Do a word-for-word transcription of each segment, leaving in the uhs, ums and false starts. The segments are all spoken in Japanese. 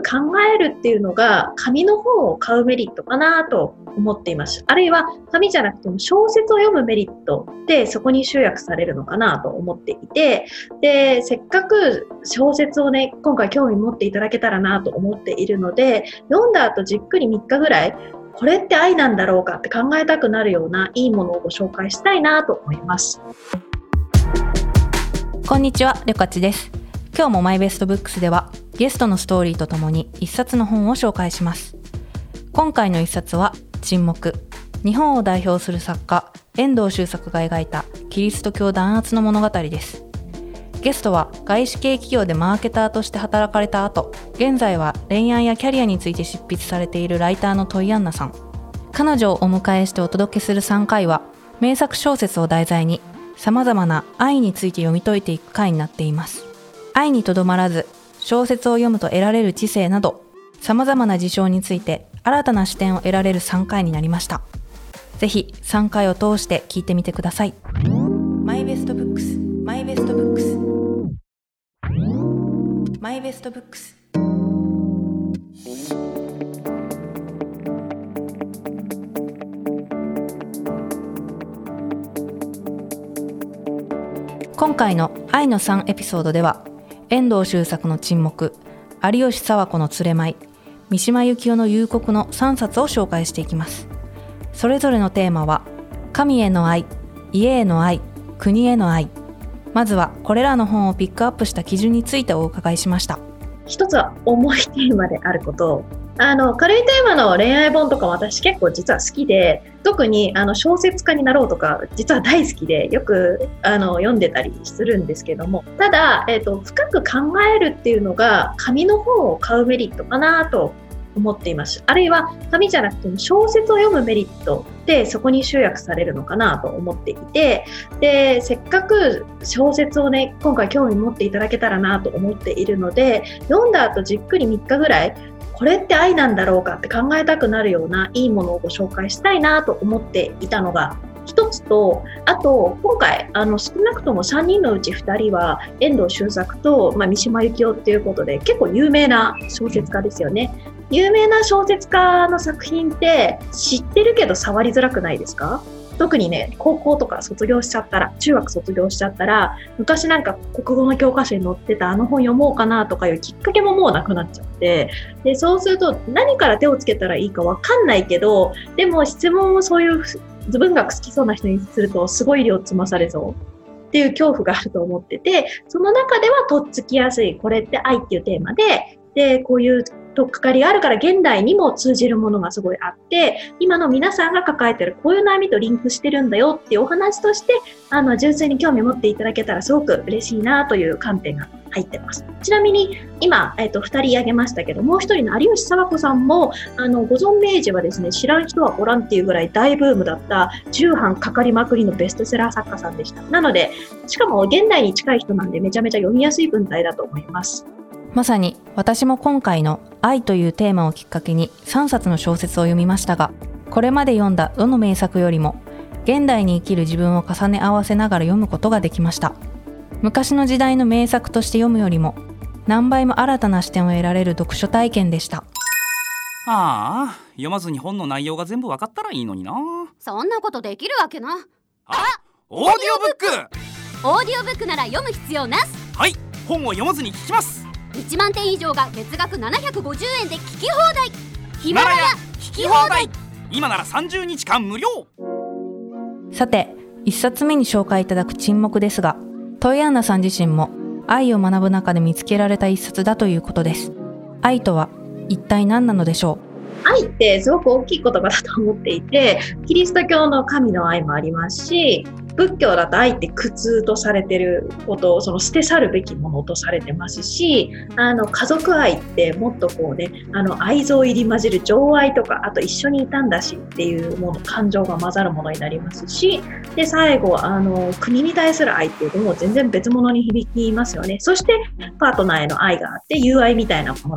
考えるっていうのが紙の本を買うメリットかなと思っています。あるいは紙じゃなくても小説を読むメリットってそこに集約されるのかなと思っていて、で、せっかく小説をね、今回興味持っていただけたらなと思っているので、読んだ後じっくりみっかぐらいこれって愛なんだろうかって考えたくなるようないいものをご紹介したいなと思います。 こんにちは、りょかちです。今日もマイベストブックスではゲストのストーリーとともに一冊の本を紹介します。今回の一冊は沈黙。日本を代表する作家遠藤周作が描いたキリスト教弾圧の物語です。ゲストは外資系企業でマーケターとして働かれた後、現在は恋愛やキャリアについて執筆されているライターのトイアンナさん。彼女をお迎えしてお届けするさんかいは、名作小説を題材に様々な愛について読み解いていく回になっています。愛にとどまらず、小説を読むと得られる知性など、様々な事象について新たな視点を得られるさんかいになりました。ぜひさんかいを通して聞いてみてください。マイベストブックス、マイベストブックス、マイベストブックス。今回の愛のさんエピソードでは、遠藤周作の沈黙、有吉佐和子の連れ舞い、三島由紀夫の幽谷のさんさつを紹介していきます。それぞれのテーマは、神への愛、家への愛、国への愛。まずはこれらの本をピックアップした基準についてお伺いしました。 一つは重いテーマであること。あの軽いテーマの恋愛本とか私結構実は好きで、特にあの小説家になろうとか実は大好きでよくあの読んでたりするんですけども、ただ、えーと、深く考えるっていうのが紙の本を買うメリットかなと思っています。あるいは紙じゃなくても小説を読むメリットってそこに集約されるのかなと思っていて、で、せっかく小説をね、今回興味持っていただけたらなと思っているので、読んだ後じっくりみっかぐらいこれって愛なんだろうかって考えたくなるようないいものをご紹介したいなと思っていたのが一つと、あと今回あの少なくともさんにんのうちふたりは遠藤周作と、まあ、三島由紀夫っていうことで結構有名な小説家ですよね。有名な小説家の作品って知ってるけど触りづらくないですか？特にね、高校とか卒業しちゃったら、中学卒業しちゃったら、昔なんか国語の教科書に載ってたあの本読もうかなとかいうきっかけももうなくなっちゃって、で、そうすると何から手をつけたらいいかわかんないけど、でも質問をそういう文学好きそうな人にするとすごい量積まされそうっていう恐怖があると思ってて、その中ではとっつきやすい、これって愛っていうテーマで、で、こういうとっかかりがあるから現代にも通じるものがすごいあって、今の皆さんが抱えてるこういう悩みとリンクしてるんだよっていうお話として、あの純粋に興味持っていただけたらすごく嬉しいなという観点が入ってます。ちなみに今、えっと、ふたり挙げましたけど、もう一人の有吉佐和子さんもあのご存命時はですね、知らん人はおらんっていうぐらい大ブームだったじゅうはんかかりまくりのベストセラー作家さんでした。なので、しかも現代に近い人なんでめちゃめちゃ読みやすい文体だと思います。 まさに私も今回の愛というテーマをきっかけにさんさつの小説を読みましたが、これまで読んだどの名作よりも現代に生きる自分を重ね合わせながら読むことができました。昔の時代の名作として読むよりも何倍も新たな視点を得られる読書体験でした。 ああ、読まずに本の内容が全部わかったらいいのにな。 そんなことできるわけな。 あ、オーディオブック。 オーディオブックなら読む必要なし。 はい、本を読まずに聞きます。 いちまんてん以上が月額ななひゃくごじゅうえんで聞き放題。ヒマラヤ聞き放題。 今ならさんじゅうにちかん無料。 さて、いっさつめに紹介いただく沈黙ですが、トイアンナさん自身も愛を学ぶ中で見つけられた一冊だということです。愛とは一体何なのでしょう？愛ってすごく大きい言葉だと思っていて、キリスト教の神の愛もありますし、仏教だと愛って苦痛とされてることをその捨て去るべきものとされてますし、あの家族愛ってもっとこうね、あの愛憎入り混じる情愛とか、あと一緒にいたんだしっていうもの、感情が混ざるものになりますし、で最後あの国に対する愛っていうともう全然別物に響きますよね。そしてパートナーへの愛があって友愛みたいなものがあっ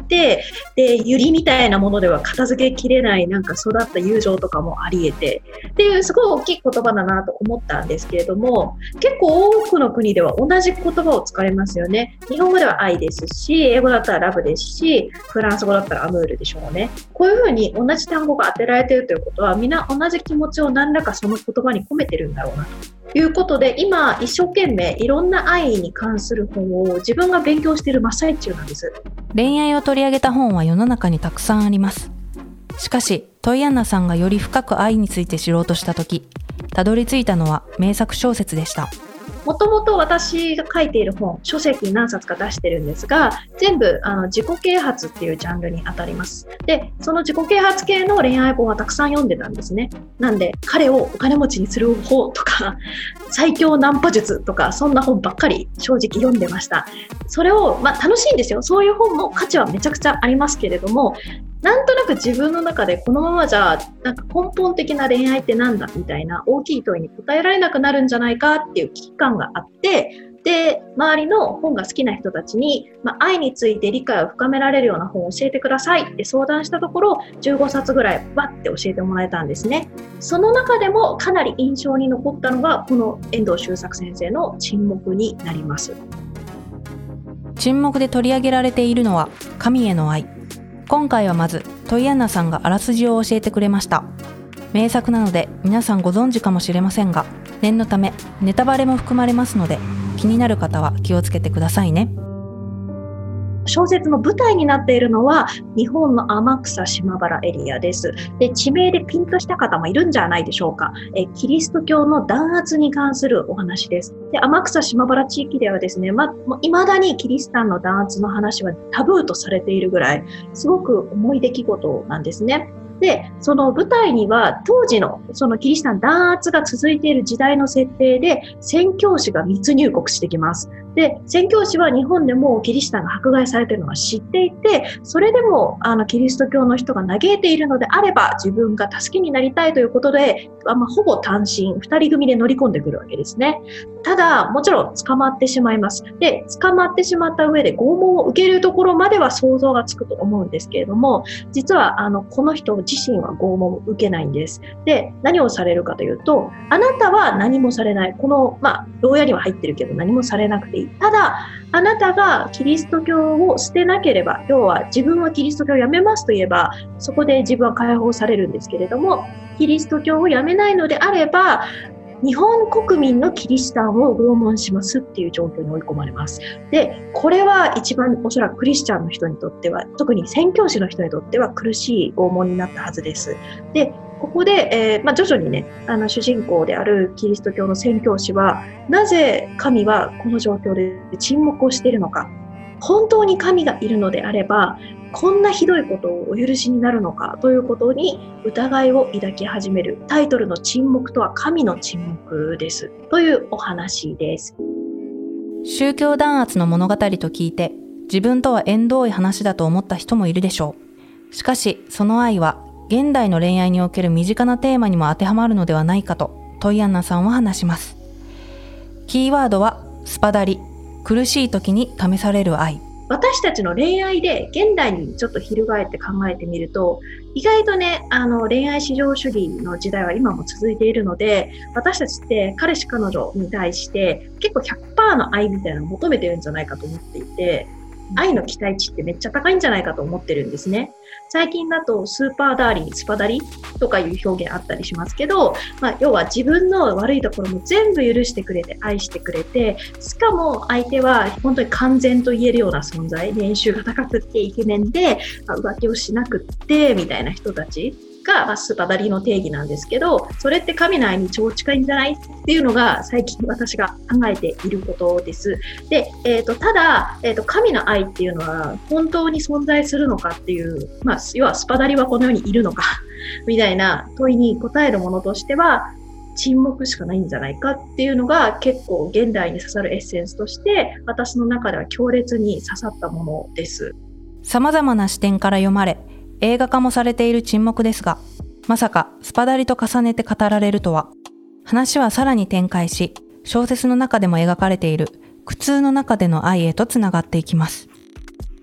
て、でユリみたいなものでは片付けきれないなんか育った友情とかもあり得てっていうすごい大きい言葉だなと思ったんですけれども、結構多くの国では同じ言葉を使いますよね。日本語では愛ですし、英語だったらラブですし、フランス語だったらアムールでしょうね。こういうふうに同じ単語が当てられているということは、みんな同じ気持ちを何らかその言葉に込めてるんだろうなということで、今一生懸命いろんな愛に関する本を自分が勉強している真っ最中なんです。 恋愛を取り上げた本は世の中にたくさんあります。しかしトイアンナさんがより深く愛について知ろうとしたとき、たどり着いたのは名作小説でした。 もともと私が書いている本、書籍何冊か出してるんですが、全部あの自己啓発っていうジャンルに当たります。で、その自己啓発系の恋愛本はたくさん読んでたんですね。なんで、彼をお金持ちにする方とか、最強ナンパ術とか、そんな本ばっかり正直読んでました。それを、まあ楽しいんですよ。そういう本も価値はめちゃくちゃありますけれども、なんとなく自分の中でこのままじゃなんか根本的な恋愛ってなんだみたいな大きい問いに答えられなくなるんじゃないかっていう危機感があって、で周りの本が好きな人たちに、まあ、愛について理解を深められるような本を教えてくださいって相談したところ、じゅうごさつぐらいバッて教えてもらえたんですね。その中でもかなり印象に残ったのがこの遠藤周作先生の沈黙になります。 沈黙で取り上げられているのは神への愛。今回はまずトイアンナさんがあらすじを教えてくれました。名作なので皆さんご存知かもしれませんが、念のためネタバレも含まれますので、気になる方は気をつけてくださいね。 小説の舞台になっているのは日本の天草島原エリアです。で、地名でピンとした方もいるんじゃないでしょうか。えキリスト教の弾圧に関するお話です。で、天草島原地域ではですね、ま、未だにキリシタンの弾圧の話はタブーとされているぐらい、すごく重い出来事なんですね。で、その舞台には当時のそのキリシタン弾圧が続いている時代の設定で宣教師が密入国してきます。で、宣教師は日本でもキリシタンが迫害されているのは知っていて、それでもあのキリスト教の人が嘆いているのであれば自分が助けになりたいということで、あまあ、ほぼ単身ふたり組で乗り込んでくるわけですね。ただもちろん捕まってしまいます。で、捕まってしまった上で拷問を受けるところまでは想像がつくと思うんですけれども、実はあのこの人自身は拷問を受けないんです。で、何をされるかというと、あなたは何もされない。この、まあ、牢屋には入ってるけど何もされなくていい。ただ、あなたがキリスト教を捨てなければ、要は自分はキリスト教をやめますと言えば、そこで自分は解放されるんですけれども、キリスト教をやめないのであれば、日本国民のキリシタンを拷問しますっていう状況に追い込まれます。で、これは一番おそらくクリスチャンの人にとっては、特に宣教師の人にとっては苦しい拷問になったはずです。で、ここで、えーまあ、徐々にね、あの主人公であるキリスト教の宣教師は、なぜ神はこの状況で沈黙をしているのか、本当に神がいるのであれば、こんなひどいことをお許しになるのかということに疑いを抱き始める。タイトルの沈黙とは神の沈黙ですというお話です。 宗教弾圧の物語と聞いて、自分とは縁遠い話だと思った人もいるでしょう。しかしその愛は現代の恋愛における身近なテーマにも当てはまるのではないかとトイアンナさんは話します。キーワードはスパダリ、苦しい時に試される愛。 私たちの恋愛で現代にちょっと翻って考えてみると、意外とね、あの恋愛至上主義の時代は今も続いているので、私たちって彼氏彼女に対して結構 ひゃくパーセント の愛みたいなのを求めてるんじゃないかと思っていて、愛の期待値ってめっちゃ高いんじゃないかと思ってるんですね。最近だとスーパーダーリン、スパダリとかいう表現あったりしますけど、まあ、要は自分の悪いところも全部許してくれて愛してくれて、しかも相手は本当に完全と言えるような存在、年収が高くってイケメンで、まあ、浮気をしなくってみたいな人たちが、まあ、スパダリの定義なんですけど、それって神の愛に超近いんじゃないっていうのが最近私が考えていることです。で、えーと、ただ、えーと、神の愛っていうのは本当に存在するのかっていう、まあ、要はスパダリはこの世にいるのかみたいな問いに答えるものとしては、沈黙しかないんじゃないかっていうのが結構現代に刺さるエッセンスとして私の中では強烈に刺さったものです。 様々な視点から読まれ映画化もされている沈黙ですが、まさかスパダリと重ねて語られるとは。話はさらに展開し、小説の中でも描かれている苦痛の中での愛へとつながっていきます。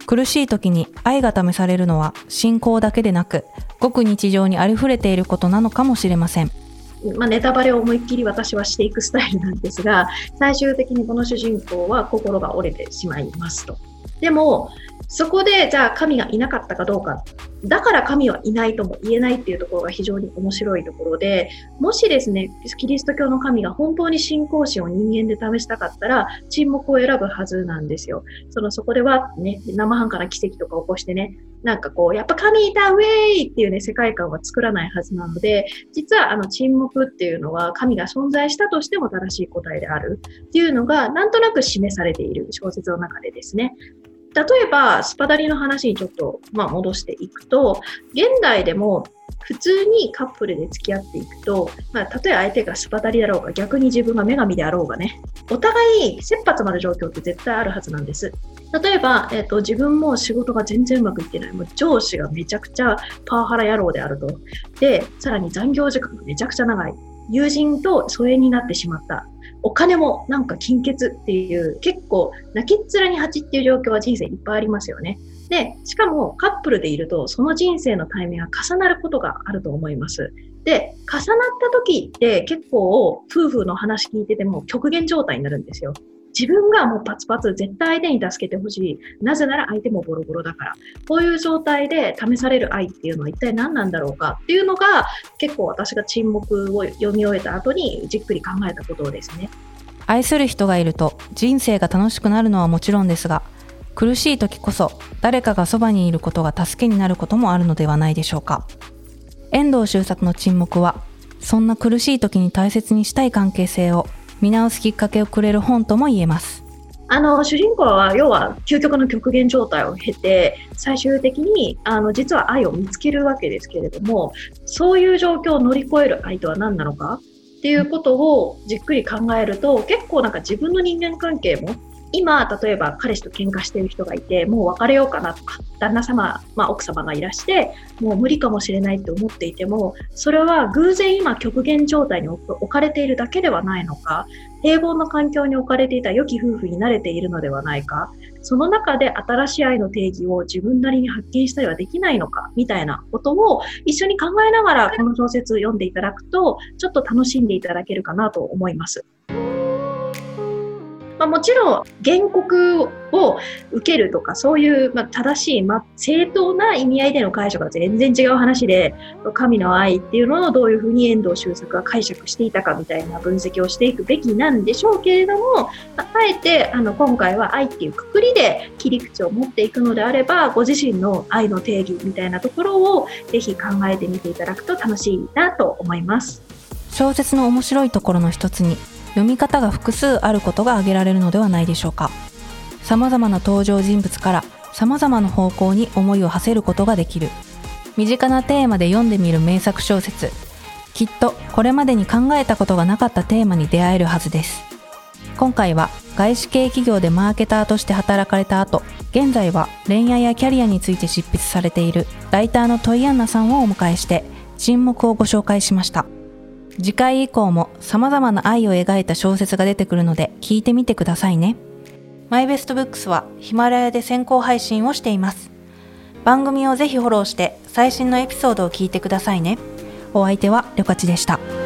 苦しい時に愛が試されるのは信仰だけでなく、ごく日常にありふれていることなのかもしれません。 まあ、ネタバレを思いっきり私はしていくスタイルなんですが、最終的にこの主人公は心が折れてしまいますと。でもそこでじゃあ神がいなかったかどうか、だから神はいないとも言えないっていうところが非常に面白いところで、もしですね、キリスト教の神が本当に信仰心を人間で試したかったら沈黙を選ぶはずなんですよ。そのそこではね、生半可な奇跡とか起こしてね、なんかこうやっぱ神いたウェイっていうね世界観は作らないはずなので、実はあの沈黙っていうのは神が存在したとしても正しい答えであるっていうのがなんとなく示されている小説の中でですね。例えばスパダリの話にちょっと、まあ、戻していくと、現代でも普通にカップルで付き合っていくと、まあ、たとえ相手がスパダリだろうが逆に自分が女神であろうがね、お互い切羽詰まる状況って絶対あるはずなんです。例えば、えーと、自分も仕事が全然うまくいってない、もう上司がめちゃくちゃパワハラ野郎であると、でさらに残業時間がめちゃくちゃ長い、友人と疎遠になってしまった、お金もなんか金欠っていう結構泣きっ面に蜂っていう状況は人生いっぱいありますよね。で、しかもカップルでいるとその人生のタイミングが重なることがあると思います。で、重なった時って結構夫婦の話聞いてても極限状態になるんですよ。自分がもうパツパツ絶対相手に助けてほしい。なぜなら相手もボロボロだから。こういう状態で試される愛っていうのは一体何なんだろうかっていうのが結構私が沈黙を読み終えた後にじっくり考えたことですね。 愛する人がいると人生が楽しくなるのはもちろんですが、苦しい時こそ誰かがそばにいることが助けになることもあるのではないでしょうか。遠藤周作の沈黙はそんな苦しい時に大切にしたい関係性を見直すきっかけをくれる本とも言えます。 あの主人公は要は究極の極限状態を経て最終的にあの実は愛を見つけるわけですけれども、そういう状況を乗り越える愛とは何なのかっていうことをじっくり考えると、結構なんか自分の人間関係も今例えば彼氏と喧嘩している人がいてもう別れようかなとか、旦那様、まあ、奥様がいらしてもう無理かもしれないって思っていても、それは偶然今極限状態に置かれているだけではないのか、平凡な環境に置かれていた良き夫婦に慣れているのではないか、その中で新しい愛の定義を自分なりに発見したりはできないのかみたいなことを一緒に考えながらこの小説を読んでいただくとちょっと楽しんでいただけるかなと思います。まあ、もちろん原告を受けるとかそういう、まあ、正しい、まあ、正当な意味合いでの解釈は全然違う話で、神の愛っていうのをどういうふうに遠藤周作が解釈していたかみたいな分析をしていくべきなんでしょうけれども、まあ、あえてあの今回は愛っていうくくりで切り口を持っていくのであれば、ご自身の愛の定義みたいなところをぜひ考えてみていただくと楽しいなと思います。 小説の面白いところの一つに読み方が複数あることが挙げられるのではないでしょうか。様々な登場人物から様々な方向に思いを馳せることができる身近なテーマで読んでみる名作小説、きっとこれまでに考えたことがなかったテーマに出会えるはずです。今回は外資系企業でマーケターとして働かれた後、現在は恋愛やキャリアについて執筆されているライターのトイアンナさんをお迎えして沈黙をご紹介しました。次回以降も様々な愛を描いた小説が出てくるので聞いてみてくださいね。マイベストブックスはヒマラヤで先行配信をしています。番組をぜひフォローして最新のエピソードを聞いてくださいね。お相手はりょかちでした。